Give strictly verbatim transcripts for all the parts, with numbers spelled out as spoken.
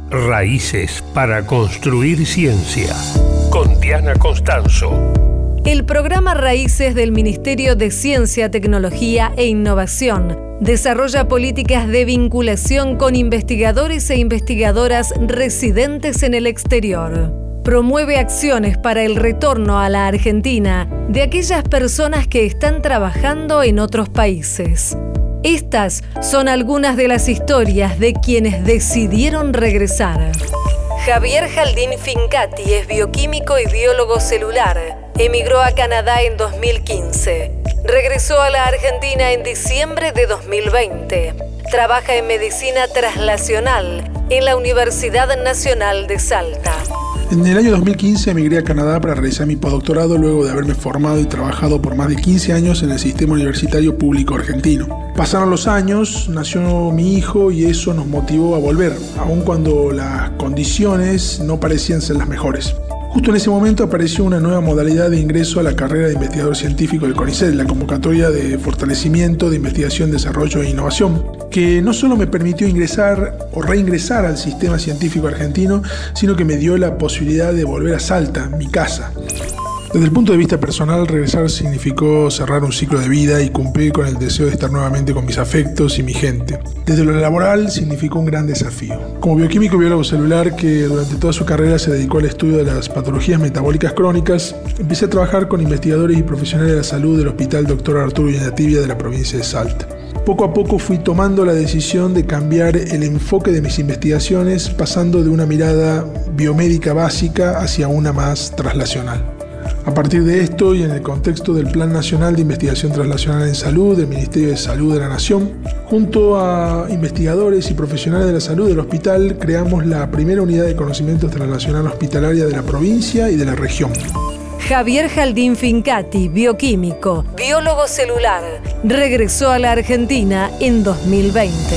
Raíces para construir ciencia. Con Diana Constanzo. El programa Raíces del Ministerio de Ciencia, Tecnología e Innovación desarrolla políticas de vinculación con investigadores e investigadoras residentes en el exterior. Promueve acciones para el retorno a la Argentina de aquellas personas que están trabajando en otros países. Estas son algunas de las historias de quienes decidieron regresar. Javier Jaldín Fincati es bioquímico y biólogo celular. Emigró a Canadá en dos mil quince. Regresó a la Argentina en diciembre de dos mil veinte. Trabaja en medicina traslacional en la Universidad Nacional de Salta. En el año dos mil quince emigré a Canadá para realizar mi postdoctorado luego de haberme formado y trabajado por más de quince años en el sistema universitario público argentino. Pasaron los años, nació mi hijo y eso nos motivó a volver, aun cuando las condiciones no parecían ser las mejores. Justo en ese momento apareció una nueva modalidad de ingreso a la carrera de investigador científico del CONICET, la convocatoria de fortalecimiento de investigación, desarrollo e innovación, que no solo me permitió ingresar o reingresar al sistema científico argentino, sino que me dio la posibilidad de volver a Salta, mi casa. Desde el punto de vista personal, regresar significó cerrar un ciclo de vida y cumplir con el deseo de estar nuevamente con mis afectos y mi gente. Desde lo laboral significó un gran desafío. Como bioquímico y biólogo celular que durante toda su carrera se dedicó al estudio de las patologías metabólicas crónicas, empecé a trabajar con investigadores y profesionales de la salud del Hospital Doctor Arturo Viñatibia de la provincia de Salta. Poco a poco fui tomando la decisión de cambiar el enfoque de mis investigaciones, pasando de una mirada biomédica básica hacia una más traslacional. A partir de esto y en el contexto del Plan Nacional de Investigación Traslacional en Salud del Ministerio de Salud de la Nación, junto a investigadores y profesionales de la salud del hospital, creamos la primera unidad de conocimientos traslacional hospitalaria de la provincia y de la región. Javier Jaldín Fincati, bioquímico, biólogo celular, regresó a la Argentina en dos mil veinte.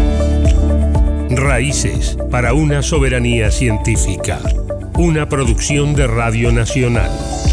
Raíces para una soberanía científica. Una producción de Radio Nacional.